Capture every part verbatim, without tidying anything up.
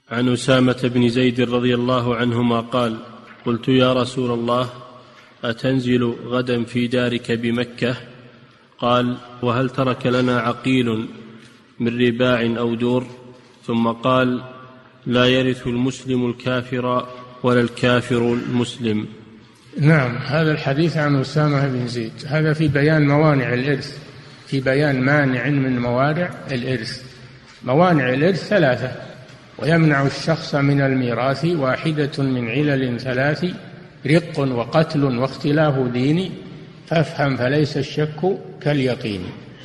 عن أسامة بن زيد رضي الله عنهما قال: قلت يا رسول الله أتنزل غدا في دارك بمكة؟ قال: وهل ترك لنا عقيل من رباع أو دور؟ ثم قال: لا يرث المسلم الكافر ولا الكافر المسلم. نعم، هذا الحديث عن أسامة بن زيد هذا في بيان موانع الإرث، في بيان مانع من موانع الإرث. موانع الإرث ثلاثة: ويمنع الشخص من الميراث واحدة من علل ثلاث: رق وقتل واختلاف دين، فافهم فليس الشك كاليقين.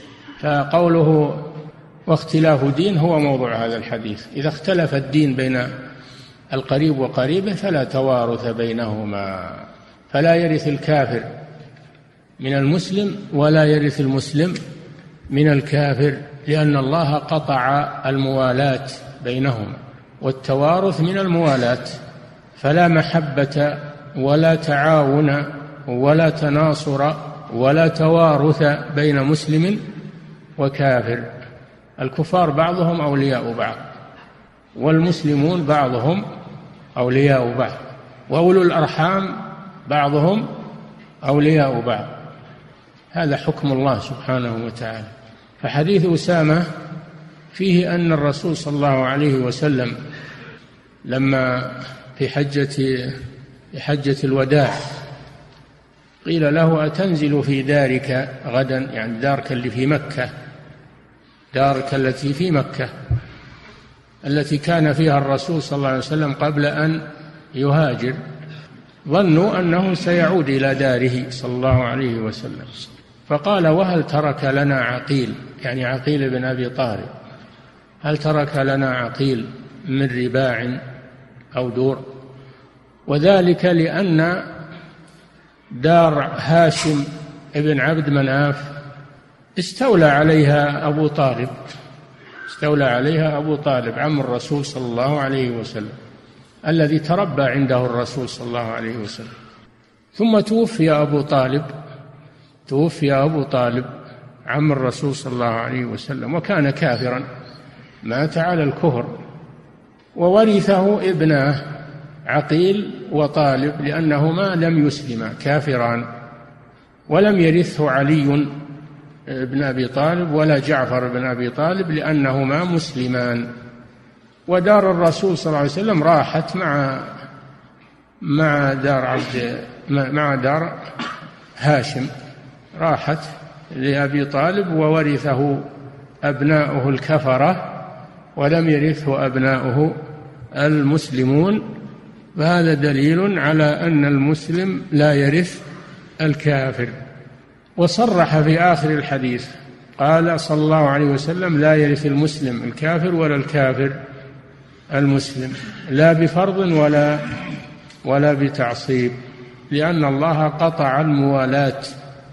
فقوله واختلاف دين هو موضوع هذا الحديث. إذا اختلف الدين بين القريب وقريبه فلا توارث بينهما، فلا يرث الكافر من المسلم ولا يرث المسلم من الكافر، لأن الله قطع الموالاة بينهما، والتوارث من الموالاة، فلا محبة ولا تعاون ولا تناصر ولا توارث بين مسلم وكافر. الكفار بعضهم أولياء بعض، والمسلمون بعضهم أولياء بعض، وأولو الأرحام بعضهم أولياء بعض. هذا حكم الله سبحانه وتعالى. فحديث أسامة فيه أن الرسول صلى الله عليه وسلم لما في حجة في حجة الوداع قيل له: أتنزل في دارك غدا؟ يعني دارك اللي في مكة، دارك التي في مكة التي كان فيها الرسول صلى الله عليه وسلم قبل أن يهاجر. ظنوا أنه سيعود إلى داره صلى الله عليه وسلم، فقال: وهل ترك لنا عقيل؟ يعني عقيل بن أبي طالب، هل ترك لنا عقيل من رباع أو دور؟ وذلك لأن دار هاشم ابن عبد مناف استولى عليها أبو طالب، استولى عليها أبو طالب عم الرسول صلى الله عليه وسلم الذي تربى عنده الرسول صلى الله عليه وسلم. ثم توفي أبو طالب، توفي أبو طالب عم الرسول صلى الله عليه وسلم، وكان كافرا، مات على الكفر، وورثه ابناه عقيل وطالب لأنهما لم يسلما كافران، ولم يرثه علي بن أبي طالب ولا جعفر بن أبي طالب لأنهما مسلمان. ودار الرسول صلى الله عليه وسلم راحت مع مع دار عبد مع دار هاشم، راحت لأبي طالب، وورثه أبناؤه الكفرة ولم يرثه أبناؤه المسلمون. فهذا دليل على أن المسلم لا يرث الكافر. وصرح في آخر الحديث قال صلى الله عليه وسلم: لا يرث المسلم الكافر ولا الكافر المسلم، لا بفرض ولا ولا بتعصيب، لأن الله قطع الموالاة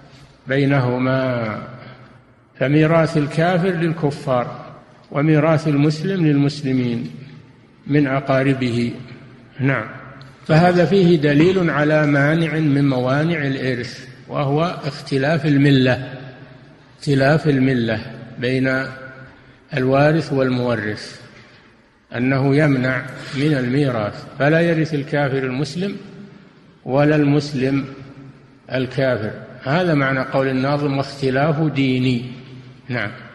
بينهما. فميراث الكافر للكفار، وميراث المسلم للمسلمين من أقاربه. نعم. فهذا فيه دليل على مانع من موانع الإرث، وهو اختلاف الملة، اختلاف الملة بين الوارث والمورث، أنه يمنع من الميراث، فلا يرث الكافر المسلم ولا المسلم الكافر. هذا معنى قول الناظم: واختلاف ديني. نعم.